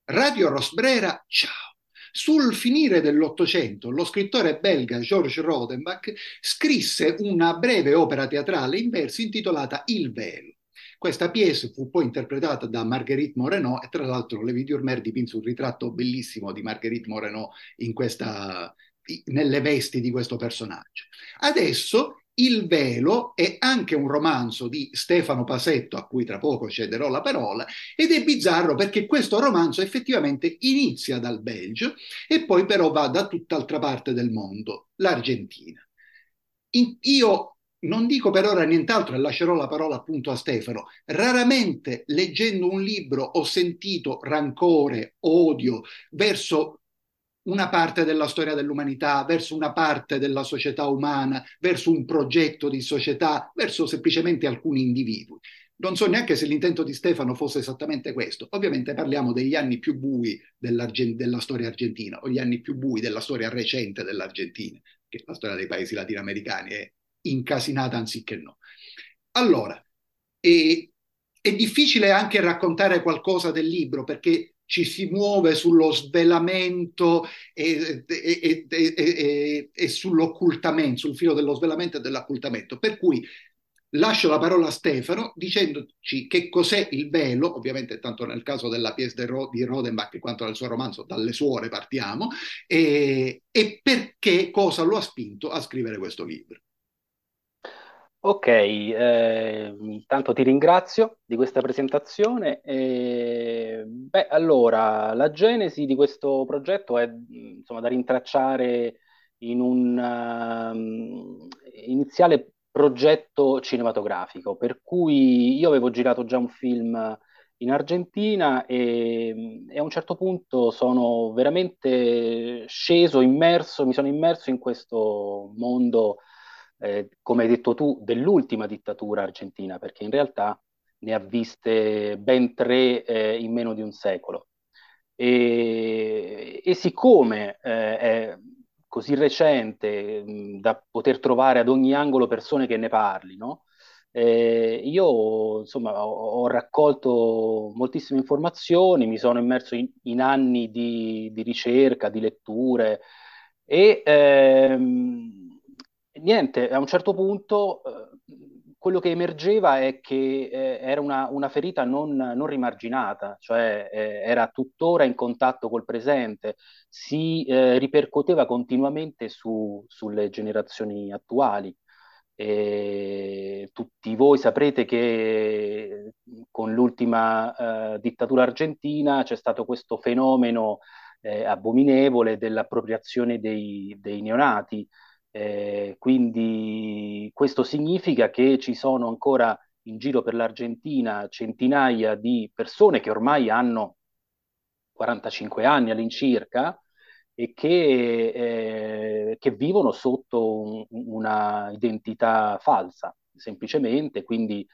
Radio Rosbrera, ciao. Sul finire dell'Ottocento, lo scrittore belga Georges Rodenbach scrisse una breve opera teatrale in versi intitolata Il velo. Questa pièce fu poi interpretata da Marguerite Moreno e tra l'altro Lévi Durmer dipinse un ritratto bellissimo di Marguerite Moreno nelle vesti di questo personaggio. Adesso il velo è anche un romanzo di Stefano Pasetto, a cui tra poco cederò la parola, ed è bizzarro perché questo romanzo effettivamente inizia dal Belgio e poi però va da tutt'altra parte del mondo, l'Argentina. Io non dico per ora nient'altro e lascerò la parola appunto a Stefano. Raramente leggendo un libro ho sentito rancore, odio verso una parte della storia dell'umanità, verso una parte della società umana, verso un progetto di società, verso semplicemente alcuni individui. Non so neanche se l'intento di Stefano fosse esattamente questo. Ovviamente parliamo degli anni più bui della storia argentina, o gli anni più bui della storia recente dell'Argentina, che la storia dei paesi latinoamericani è incasinata anziché no. Allora, e, è difficile anche raccontare qualcosa del libro perché ci si muove sullo svelamento e sull'occultamento, sul filo dello svelamento e dell'occultamento. Per cui lascio la parola a Stefano dicendoci che cos'è il velo, ovviamente tanto nel caso della di Rodenbach quanto nel suo romanzo, dalle suore partiamo, e perché cosa lo ha spinto a scrivere questo libro. Ok, intanto ti ringrazio di questa presentazione. Beh, allora, la genesi di questo progetto è insomma da rintracciare in un iniziale progetto cinematografico, per cui io avevo girato già un film in Argentina e a un certo punto sono veramente sceso, immerso, mi sono immerso in questo mondo, come hai detto tu, dell'ultima dittatura argentina, perché in realtà ne ha viste ben tre, in meno di un secolo. E siccome è così recente, da poter trovare ad ogni angolo persone che ne parlino, io insomma ho raccolto moltissime informazioni, mi sono immerso in anni di ricerca, di letture e niente, a un certo punto quello che emergeva è che era una ferita non rimarginata, cioè era tuttora in contatto col presente, si ripercuoteva continuamente sulle generazioni attuali. E tutti voi saprete che con l'ultima dittatura argentina c'è stato questo fenomeno abominevole dell'appropriazione dei neonati. Quindi questo significa che ci sono ancora in giro per l'Argentina centinaia di persone che ormai hanno 45 anni all'incirca e che vivono sotto una identità falsa, semplicemente, quindi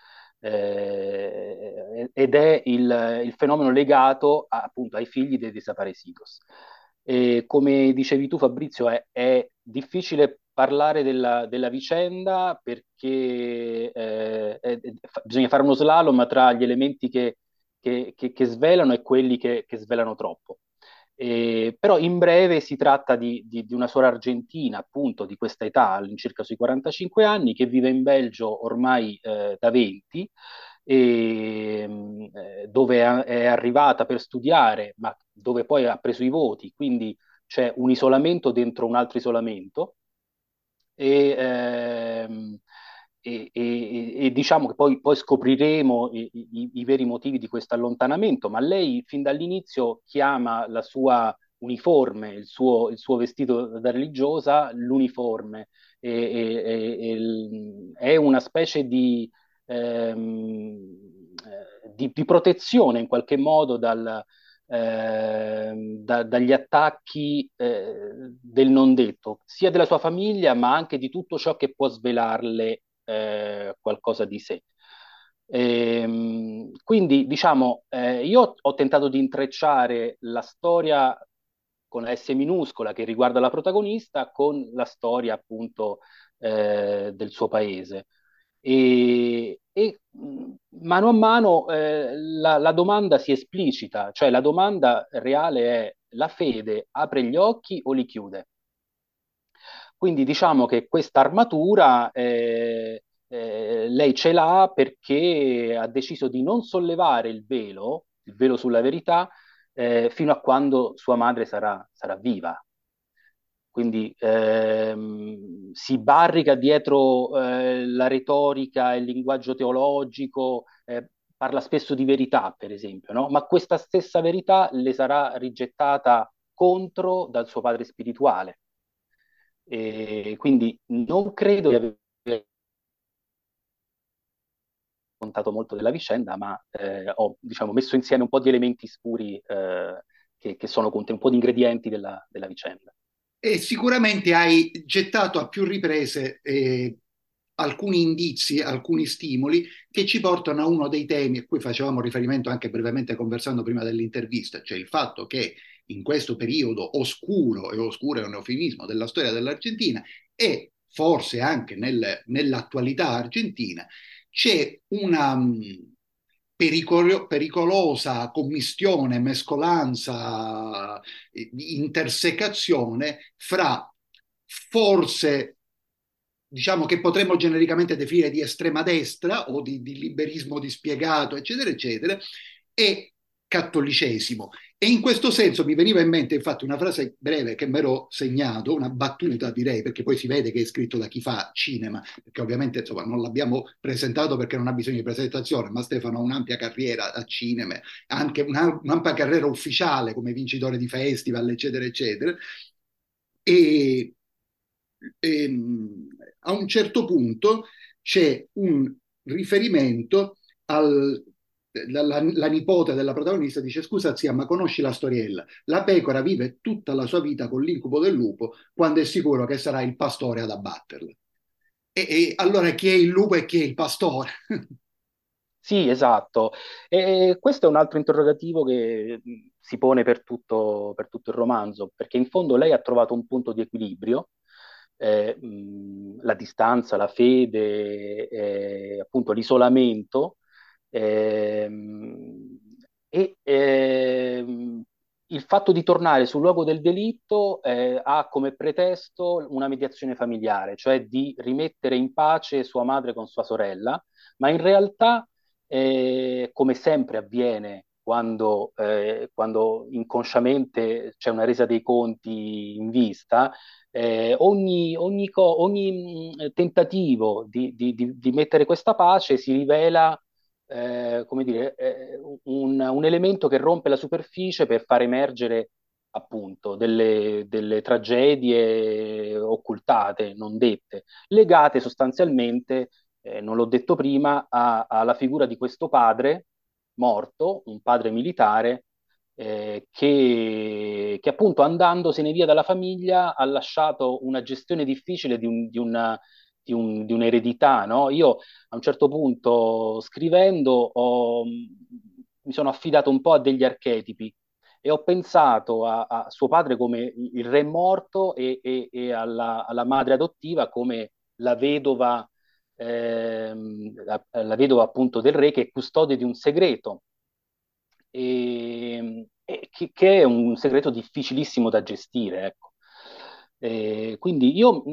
ed è il fenomeno legato appunto ai figli dei desaparecidos. E come dicevi tu, Fabrizio, è difficile parlare della vicenda perché bisogna fare uno slalom tra gli elementi che svelano e quelli che svelano troppo. Però in breve si tratta di una suora argentina, appunto di questa età, all'incirca sui 45 anni, che vive in Belgio ormai da 20, dove è arrivata per studiare, ma dove poi ha preso i voti, quindi c'è un isolamento dentro un altro isolamento. E, ehm, e diciamo che poi scopriremo i veri motivi di questo allontanamento, ma lei fin dall'inizio chiama la sua uniforme, il suo vestito da religiosa, l'uniforme. È una specie di protezione in qualche modo dagli attacchi del non detto, sia della sua famiglia, ma anche di tutto ciò che può svelarle qualcosa di sé. Quindi, diciamo, io ho tentato di intrecciare la storia con la S minuscola che riguarda la protagonista con la storia appunto del suo paese. Mano a mano la domanda si esplicita, cioè la domanda reale è: la fede apre gli occhi o li chiude? Quindi diciamo che questa armatura lei ce l'ha perché ha deciso di non sollevare il velo sulla verità, fino a quando sua madre sarà viva. Quindi si barrica dietro la retorica e il linguaggio teologico, parla spesso di verità, per esempio, no? Ma questa stessa verità le sarà rigettata contro dal suo padre spirituale. E quindi non credo di aver raccontato molto della vicenda, ma ho, diciamo, messo insieme un po' di elementi scuri che sono un po' di ingredienti della vicenda. E sicuramente hai gettato a più riprese alcuni indizi, alcuni stimoli che ci portano a uno dei temi a cui facevamo riferimento anche brevemente conversando prima dell'intervista, cioè il fatto che in questo periodo oscuro, e oscuro è un eufemismo, della storia dell'Argentina e forse anche nell'attualità argentina, c'è una pericolosa commistione, mescolanza, di intersecazione fra forze, diciamo, che potremmo genericamente definire di estrema destra o di liberismo dispiegato, eccetera, eccetera, e cattolicesimo. E in questo senso mi veniva in mente infatti una frase breve che mi ero segnato, una battuta direi, perché poi si vede che è scritto da chi fa cinema, perché ovviamente insomma, non l'abbiamo presentato perché non ha bisogno di presentazione, ma Stefano ha un'ampia carriera a cinema, anche un'ampia carriera ufficiale come vincitore di festival, eccetera, eccetera. E, a un certo punto c'è un riferimento al, la nipote della protagonista dice: scusa zia, ma conosci la storiella? La pecora vive tutta la sua vita con l'incubo del lupo quando è sicuro che sarà il pastore ad abbatterla. E allora chi è il lupo e chi è il pastore? Sì, esatto. E questo è un altro interrogativo che si pone per tutto il romanzo, perché in fondo lei ha trovato un punto di equilibrio, la distanza, la fede, appunto l'isolamento, ehm, e il fatto di tornare sul luogo del delitto ha come pretesto una mediazione familiare, cioè di rimettere in pace sua madre con sua sorella, ma in realtà come sempre avviene quando inconsciamente c'è una resa dei conti in vista, ogni tentativo di mettere questa pace si rivela, come dire, un elemento che rompe la superficie per far emergere appunto delle tragedie occultate, non dette, legate sostanzialmente, non l'ho detto prima, alla figura di questo padre morto, un padre militare, che appunto andandosene via dalla famiglia ha lasciato una gestione difficile di un'eredità, no? Io a un certo punto scrivendo mi sono affidato un po' a degli archetipi e ho pensato a suo padre come il re morto e alla madre adottiva come la vedova, la vedova appunto del re che è custode di un segreto che è un segreto difficilissimo da gestire, ecco. Quindi io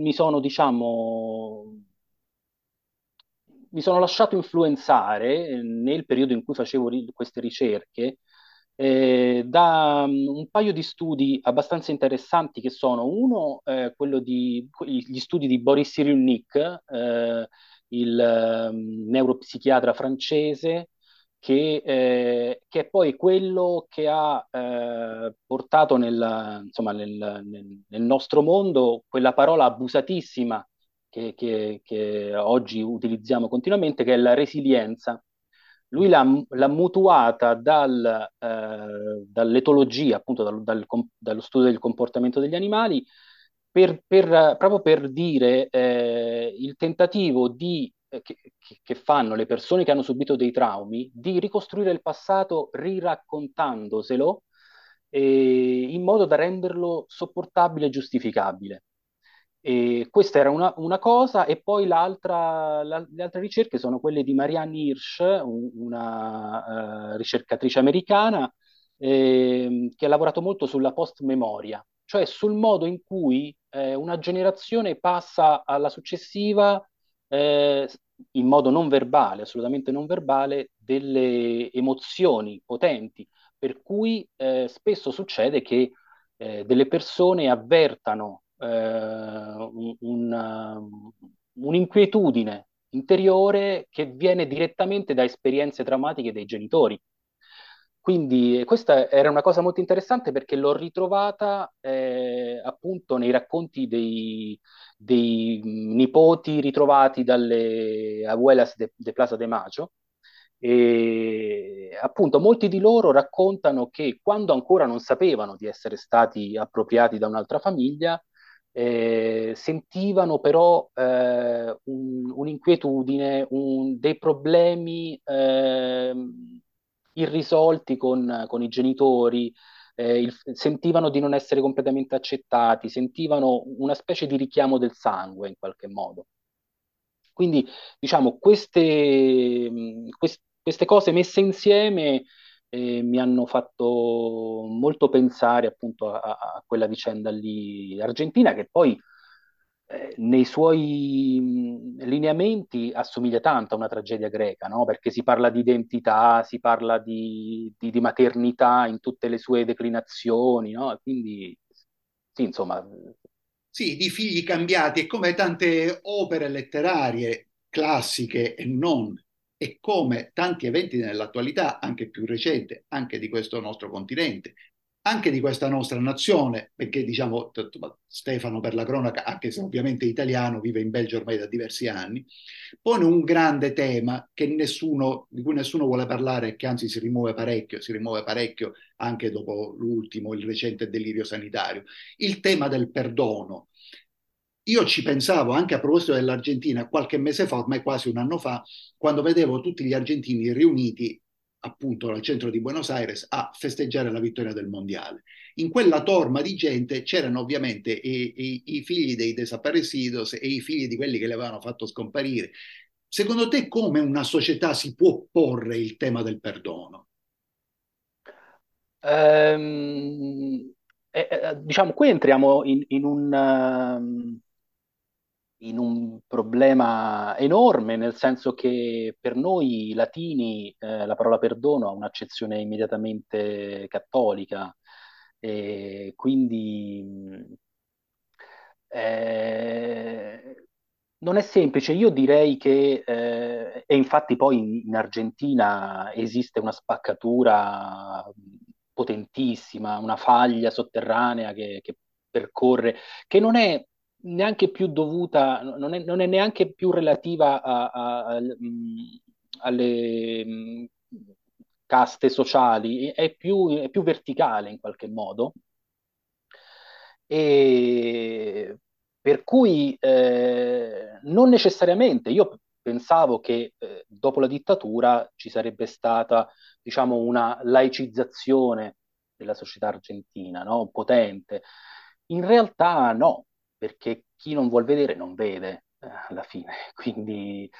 mi sono lasciato influenzare nel periodo in cui facevo queste ricerche da un paio di studi abbastanza interessanti che sono uno, gli studi di Boris Cyrulnik, il neuropsichiatra francese, che è poi quello che ha portato insomma, nel nostro mondo quella parola abusatissima che oggi utilizziamo continuamente, che è la resilienza. Lui l'ha mutuata dall'etologia, appunto dallo studio del comportamento degli animali, proprio per dire il tentativo che fanno le persone che hanno subito dei traumi di ricostruire il passato riraccontandoselo in modo da renderlo sopportabile e giustificabile. E questa era una cosa, e poi le altre ricerche sono quelle di Marianne Hirsch, una ricercatrice americana, che ha lavorato molto sulla post-memoria, cioè sul modo in cui una generazione passa alla successiva, eh, in modo non verbale, assolutamente non verbale, delle emozioni potenti, per cui spesso succede che delle persone avvertano un'inquietudine interiore che viene direttamente da esperienze traumatiche dei genitori. Quindi questa era una cosa molto interessante perché l'ho ritrovata appunto nei racconti dei nipoti ritrovati dalle abuelas de Plaza de Mayo. E appunto molti di loro raccontano che quando ancora non sapevano di essere stati appropriati da un'altra famiglia, sentivano però un'inquietudine, dei problemi irrisolti con i genitori, sentivano di non essere completamente accettati, sentivano una specie di richiamo del sangue in qualche modo. Quindi, diciamo, queste cose messe insieme mi hanno fatto molto pensare appunto a quella vicenda lì argentina, che poi nei suoi lineamenti assomiglia tanto a una tragedia greca, no? Perché si parla di identità, si parla di maternità in tutte le sue declinazioni, no? E quindi, sì, insomma, Sì, di figli cambiati, è come tante opere letterarie classiche e non, e come tanti eventi nell'attualità, anche più recente, anche di questo nostro continente, anche di questa nostra nazione, perché diciamo Stefano per la cronaca, anche se ovviamente è italiano, vive in Belgio ormai da diversi anni, pone un grande tema che di cui nessuno vuole parlare e che anzi si rimuove parecchio anche dopo l'ultimo, il recente delirio sanitario, il tema del perdono. Io ci pensavo anche a proposito dell'Argentina qualche mese fa, ormai quasi un anno fa, quando vedevo tutti gli argentini riuniti appunto al centro di Buenos Aires a festeggiare la vittoria del mondiale. In quella torma di gente c'erano ovviamente i figli dei desaparecidos e i figli di quelli che li avevano fatto scomparire. Secondo te come una società si può porre il tema del perdono? diciamo, qui entriamo in un problema enorme, nel senso che per noi latini la parola perdono ha un'accezione immediatamente cattolica, e quindi non è semplice. Io direi che, e infatti poi in Argentina esiste una spaccatura potentissima, una faglia sotterranea che percorre, che non è neanche più dovuta, non è neanche più relativa alle caste sociali, è più verticale in qualche modo. E per cui non necessariamente, io pensavo che dopo la dittatura ci sarebbe stata, diciamo, una laicizzazione della società argentina, no? Potente. In realtà no, perché chi non vuol vedere non vede, alla fine. Quindi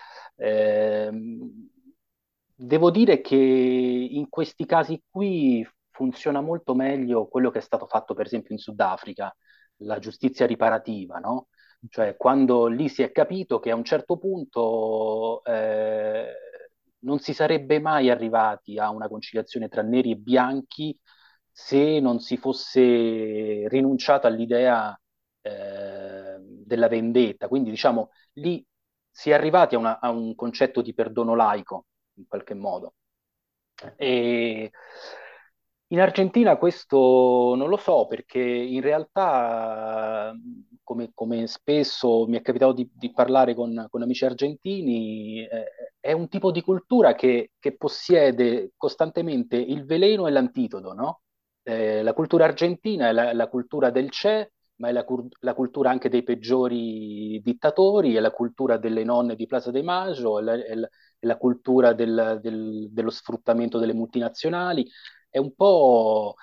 devo dire che in questi casi qui funziona molto meglio quello che è stato fatto, per esempio, in Sudafrica, la giustizia riparativa, no? Cioè, quando lì si è capito che a un certo punto non si sarebbe mai arrivati a una conciliazione tra neri e bianchi se non si fosse rinunciato all'idea della vendetta. Quindi, diciamo, lì si è arrivati a un concetto di perdono laico, in qualche modo. E in Argentina questo non lo so perché in realtà, come spesso mi è capitato di parlare con amici argentini, è un tipo di cultura che possiede costantemente il veleno e l'antidoto, no? La cultura argentina è la cultura del Che, ma è la cultura anche dei peggiori dittatori, è la cultura delle nonne di Plaza de Mayo, è la cultura dello sfruttamento delle multinazionali, è un po'.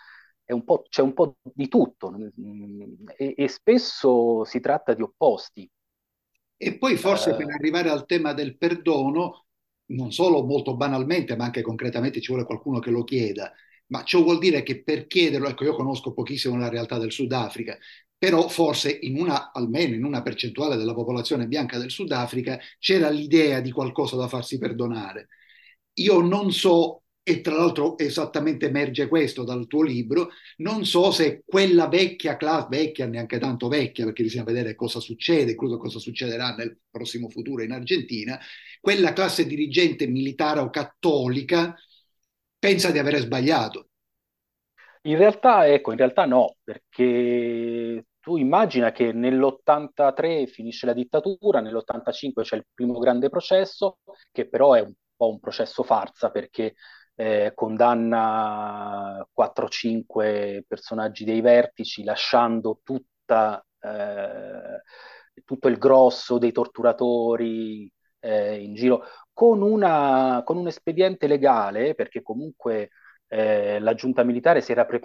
c'è un po' di tutto, e spesso si tratta di opposti. E poi forse per Eh, arrivare al tema del perdono, non solo molto banalmente, ma anche concretamente ci vuole qualcuno che lo chieda. Ma ciò vuol dire che per chiederlo, ecco, io conosco pochissimo la realtà del Sudafrica, però forse almeno in una percentuale della popolazione bianca del Sudafrica c'era l'idea di qualcosa da farsi perdonare. Io non so, e tra l'altro esattamente emerge questo dal tuo libro, non so se quella vecchia classe, vecchia neanche tanto vecchia, perché bisogna vedere cosa succede, incluso cosa succederà nel prossimo futuro in Argentina, quella classe dirigente militare o cattolica pensa di avere sbagliato. In realtà, ecco, in realtà no, perché tu immagina che nell'83 finisce la dittatura, nell'85 c'è il primo grande processo, che però è un po' un processo farsa perché condanna 4-5 personaggi dei vertici, lasciando tutto il grosso dei torturatori in giro, con un espediente legale, perché comunque la giunta militare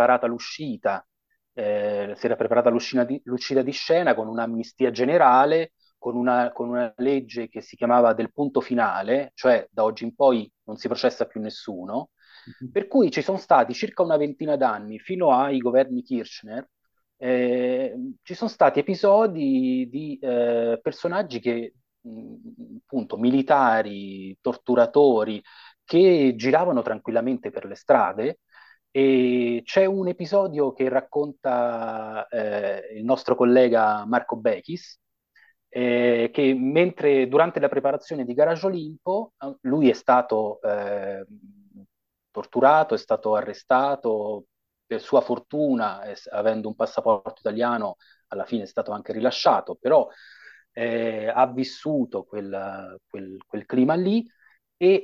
si era preparata l'uscita di scena con un'amnistia generale, con una legge che si chiamava del punto finale, cioè da oggi in poi non si processa più nessuno, per cui ci sono stati circa una ventina d'anni, fino ai governi Kirchner, ci sono stati episodi di personaggi che, appunto, militari, torturatori, che giravano tranquillamente per le strade. E c'è un episodio che racconta il nostro collega Marco Bechis, che mentre durante la preparazione di Garage Olimpo, lui è stato torturato, è stato arrestato, per sua fortuna, avendo un passaporto italiano, alla fine è stato anche rilasciato, però ha vissuto quel clima lì e,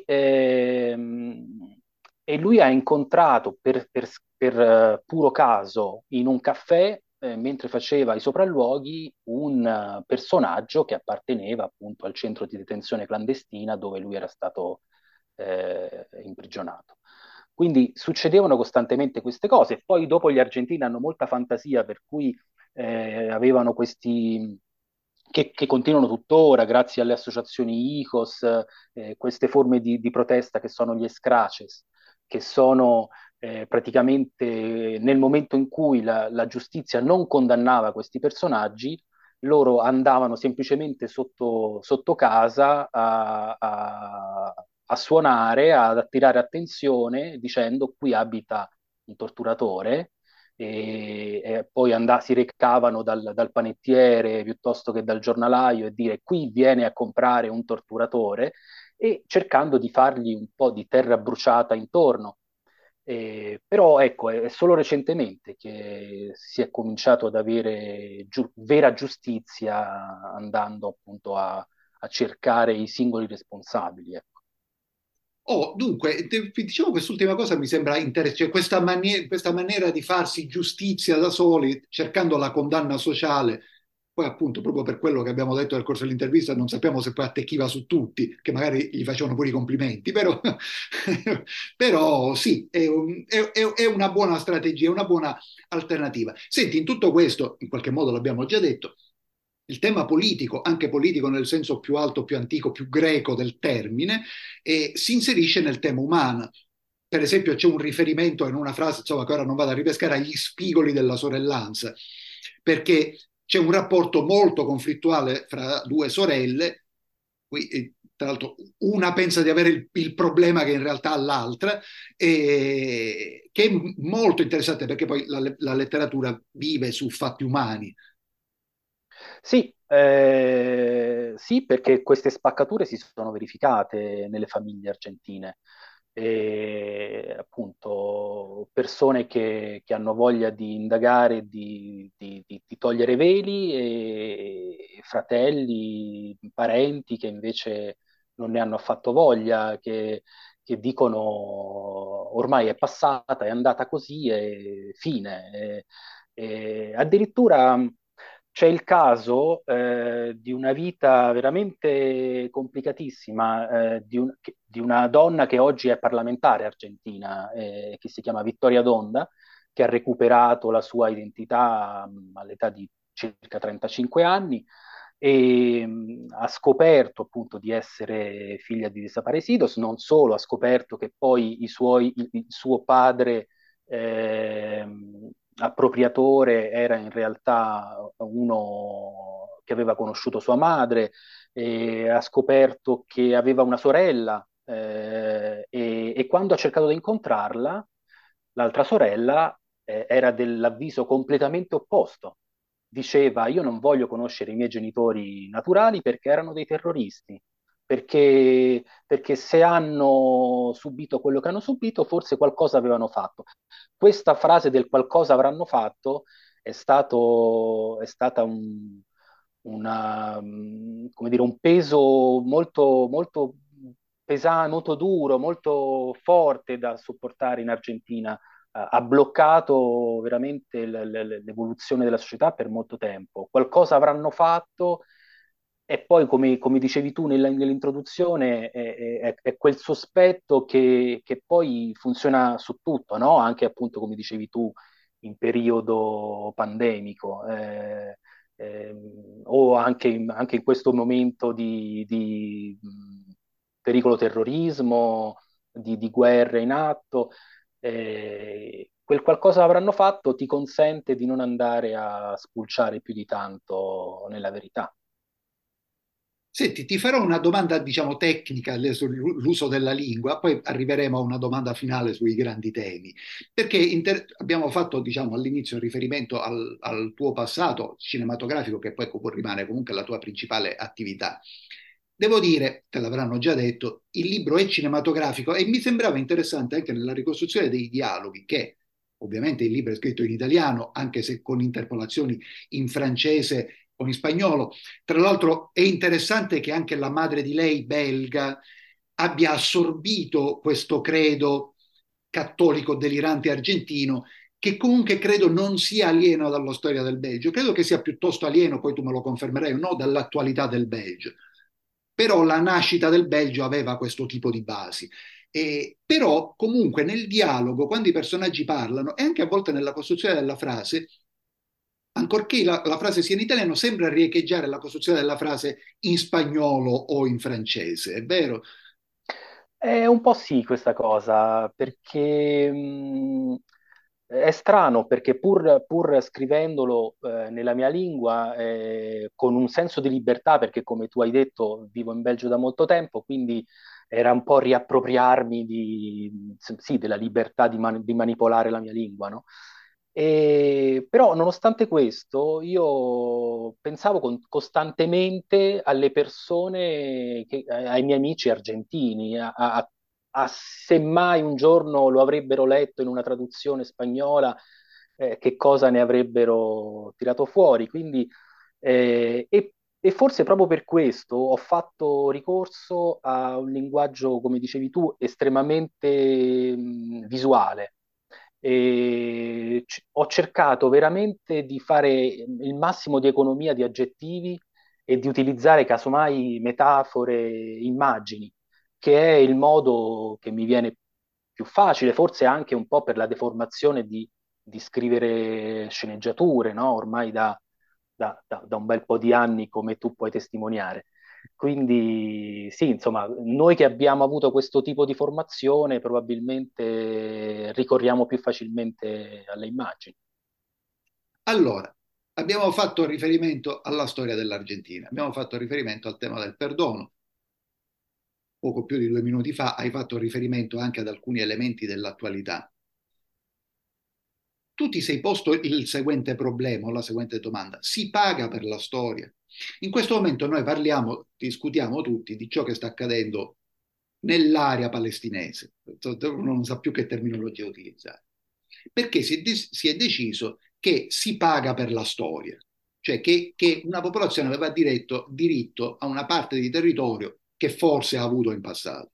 e lui ha incontrato per puro caso in un caffè, mentre faceva i sopralluoghi, un personaggio che apparteneva appunto al centro di detenzione clandestina dove lui era stato imprigionato. Quindi succedevano costantemente queste cose. Poi dopo gli argentini hanno molta fantasia, per cui avevano questi, che continuano tuttora, grazie alle associazioni ICOS, queste forme di protesta che sono gli escraches, che sono praticamente nel momento in cui la giustizia non condannava questi personaggi, loro andavano semplicemente sotto casa a suonare, ad attirare attenzione dicendo qui abita un torturatore, e poi si recavano dal panettiere piuttosto che dal giornalaio e dire qui viene a comprare un torturatore, e cercando di fargli un po' di terra bruciata intorno. Però ecco, è solo recentemente che si è cominciato ad avere vera giustizia, andando appunto a cercare i singoli responsabili. Ecco. Oh, dunque, diciamo quest'ultima cosa mi sembra interessante, cioè questa maniera di farsi giustizia da soli, cercando la condanna sociale, poi appunto proprio per quello che abbiamo detto nel corso dell'intervista, non sappiamo se poi attecchiva su tutti, che magari gli facevano pure i complimenti, però, però sì, è una buona strategia, una buona alternativa. Senti, in tutto questo, in qualche modo l'abbiamo già detto, il tema politico, anche politico nel senso più alto, più antico, più greco del termine, si inserisce nel tema umano. Per esempio, c'è un riferimento in una frase, insomma, che ora non vado a ripescare, agli spigoli della sorellanza, perché c'è un rapporto molto conflittuale fra due sorelle. Qui, tra l'altro, una pensa di avere il problema che in realtà ha l'altra, che è molto interessante perché poi la letteratura vive su fatti umani. Sì, sì, perché queste spaccature si sono verificate nelle famiglie argentine. E, appunto, persone che hanno voglia di indagare, di togliere veli, e fratelli, parenti che invece non ne hanno affatto voglia, che dicono ormai è passata, è andata così e fine. E addirittura c'è il caso di una vita veramente complicatissima, di una donna che oggi è parlamentare argentina, che si chiama Vittoria Donda, che ha recuperato la sua identità all'età di circa 35 anni e ha scoperto appunto di essere figlia di desaparecidos, non solo, ha scoperto che poi il suo padre appropriatore era in realtà uno che aveva conosciuto sua madre, ha scoperto che aveva una sorella e quando ha cercato di incontrarla, l'altra sorella era dell'avviso completamente opposto. Diceva: io non voglio conoscere i miei genitori naturali perché erano dei terroristi, perché se hanno subito quello che hanno subito, forse qualcosa avevano fatto. Questa frase del qualcosa avranno fatto è stata come dire, un peso molto, molto pesante, molto duro, molto forte da sopportare in Argentina. Ha bloccato veramente l'evoluzione della società per molto tempo. Qualcosa avranno fatto e poi, come dicevi tu nell'introduzione, è quel sospetto che poi funziona su tutto, no? Anche appunto, come dicevi tu, in periodo pandemico, o anche in questo momento di pericolo terrorismo, di guerre in atto. Quel qualcosa avranno fatto ti consente di non andare a spulciare più di tanto nella verità. Senti, ti farò una domanda, diciamo, tecnica sull'uso della lingua, poi arriveremo a una domanda finale sui grandi temi, perché abbiamo fatto, diciamo, all'inizio riferimento al tuo passato cinematografico, che poi rimane comunque la tua principale attività. Devo dire, te l'avranno già detto, il libro è cinematografico e mi sembrava interessante anche nella ricostruzione dei dialoghi, che ovviamente il libro è scritto in italiano, anche se con interpolazioni in francese o in spagnolo. Tra l'altro è interessante che anche la madre di lei, belga, abbia assorbito questo credo cattolico delirante argentino, che comunque credo non sia alieno dalla storia del Belgio, credo che sia piuttosto alieno, poi tu me lo confermerai o no, dall'attualità del Belgio. Però la nascita del Belgio aveva questo tipo di basi. Però comunque nel dialogo, quando i personaggi parlano, e anche a volte nella costruzione della frase, ancorché la frase sia in italiano, sembra riecheggiare la costruzione della frase in spagnolo o in francese, è vero? È un po' sì questa cosa, perché è strano, perché pur scrivendolo nella mia lingua, con un senso di libertà, perché come tu hai detto, vivo in Belgio da molto tempo, quindi era un po' riappropriarmi sì, della libertà di manipolare la mia lingua, no? Però, nonostante questo, io pensavo costantemente alle persone, ai miei amici argentini, a se mai un giorno lo avrebbero letto in una traduzione spagnola, che cosa ne avrebbero tirato fuori. Quindi, e forse proprio per questo ho fatto ricorso a un linguaggio, come dicevi tu, estremamente visuale. Ho cercato veramente di fare il massimo di economia di aggettivi e di utilizzare casomai metafore, immagini, che è il modo che mi viene più facile, forse anche un po' per la deformazione di scrivere sceneggiature, no? Ormai da un bel po' di anni, come tu puoi testimoniare. Quindi sì, insomma, noi che abbiamo avuto questo tipo di formazione probabilmente ricorriamo più facilmente alle immagini. Allora, abbiamo fatto riferimento alla storia dell'Argentina, abbiamo fatto riferimento al tema del perdono. Poco più di 2 minuti fa hai fatto riferimento anche ad alcuni elementi dell'attualità. Tu ti sei posto il seguente problema o la seguente domanda: si paga per la storia? In questo momento noi parliamo, discutiamo tutti di ciò che sta accadendo nell'area palestinese. Non sa più che terminologia utilizzare. Perché si è deciso che si paga per la storia, cioè che una popolazione aveva diritto a una parte di territorio che forse ha avuto in passato.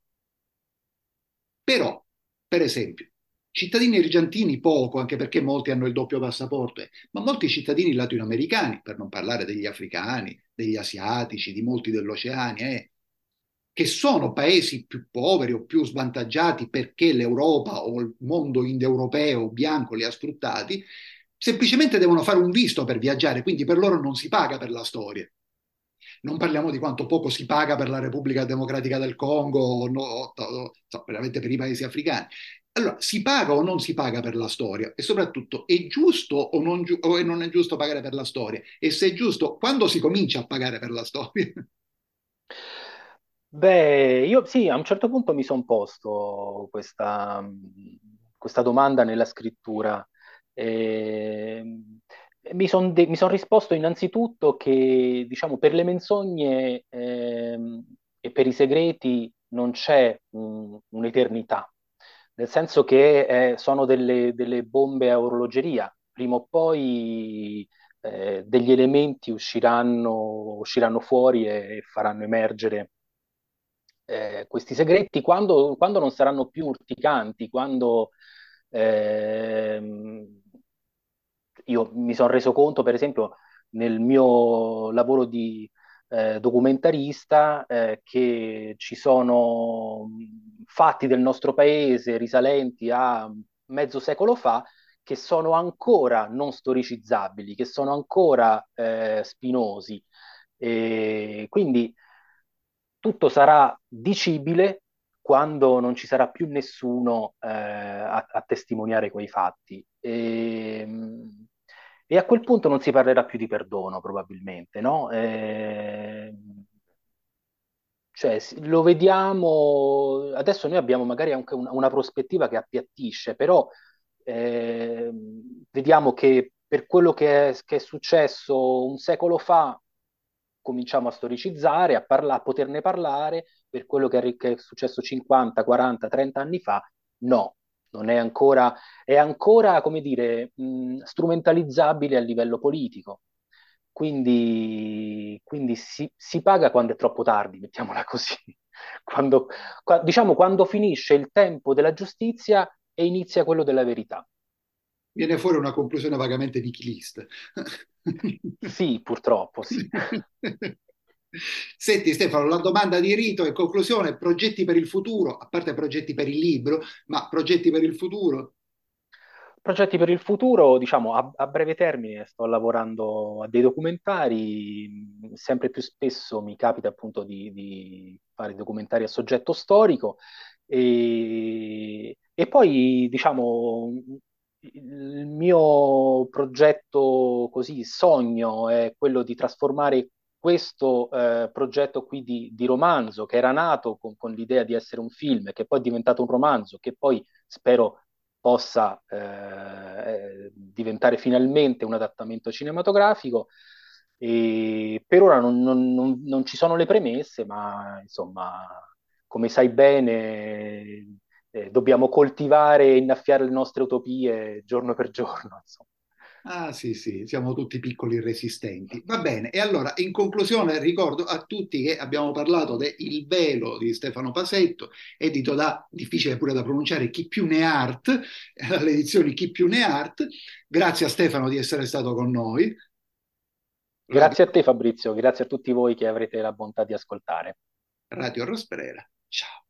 Però, per esempio, cittadini argentini poco, anche perché molti hanno il doppio passaporto, ma molti cittadini latinoamericani, per non parlare degli africani, degli asiatici, di molti dell'Oceania, che sono paesi più poveri o più svantaggiati perché l'Europa o il mondo indoeuropeo bianco li ha sfruttati, semplicemente devono fare un visto per viaggiare, quindi per loro non si paga per la storia. Non parliamo di quanto poco si paga per la Repubblica Democratica del Congo o veramente per i paesi africani. Allora, si paga o non si paga per la storia? E soprattutto, è giusto o non è giusto pagare per la storia? E se è giusto, quando si comincia a pagare per la storia? Beh, io sì, a un certo punto mi sono posto questa domanda nella scrittura. E, mi son risposto innanzitutto che, diciamo, per le menzogne e per i segreti non c'è un'eternità, nel senso che sono delle bombe a orologeria. Prima o poi degli elementi usciranno fuori e faranno emergere questi segreti quando non saranno più urticanti, quando ehm, io mi sono reso conto, per esempio, nel mio lavoro di documentarista, che ci sono fatti del nostro paese risalenti a mezzo secolo fa che sono ancora non storicizzabili, che sono ancora spinosi. E quindi tutto sarà dicibile quando non ci sarà più nessuno a testimoniare quei fatti. E a quel punto non si parlerà più di perdono, probabilmente, no? Cioè, lo vediamo, adesso noi abbiamo magari anche una prospettiva che appiattisce, però vediamo che per quello che è successo un secolo fa, cominciamo a storicizzare, a poterne parlare, per quello che è successo 50, 40, 30 anni fa, no, non è ancora, come dire, strumentalizzabile a livello politico. Quindi si paga quando è troppo tardi, mettiamola così. Quando, diciamo, quando finisce il tempo della giustizia e inizia quello della verità. Viene fuori una conclusione vagamente nichilista. Sì, purtroppo sì. Senti Stefano, la domanda di rito in conclusione, progetti per il futuro, a parte progetti per il libro, ma progetti per il futuro? Progetti per il futuro, diciamo, a breve termine sto lavorando a dei documentari, sempre più spesso mi capita appunto di fare documentari a soggetto storico e poi, diciamo, il mio progetto così, sogno è quello di trasformare questo progetto qui di romanzo che era nato con l'idea di essere un film, che poi è diventato un romanzo, che poi spero possa diventare finalmente un adattamento cinematografico. E per ora non ci sono le premesse, ma insomma, come sai bene, dobbiamo coltivare e innaffiare le nostre utopie giorno per giorno. Insomma. Ah sì, sì, siamo tutti piccoli resistenti. Va bene, e allora in conclusione ricordo a tutti che abbiamo parlato de Il velo di Stefano Pasetto, edito da, difficile pure da pronunciare, Chi più ne art, alle edizioni Chi più ne art. Grazie a Stefano di essere stato con noi. Radio, Grazie a te Fabrizio, grazie a tutti voi che avrete la bontà di ascoltare. Radio Rosprera. Ciao.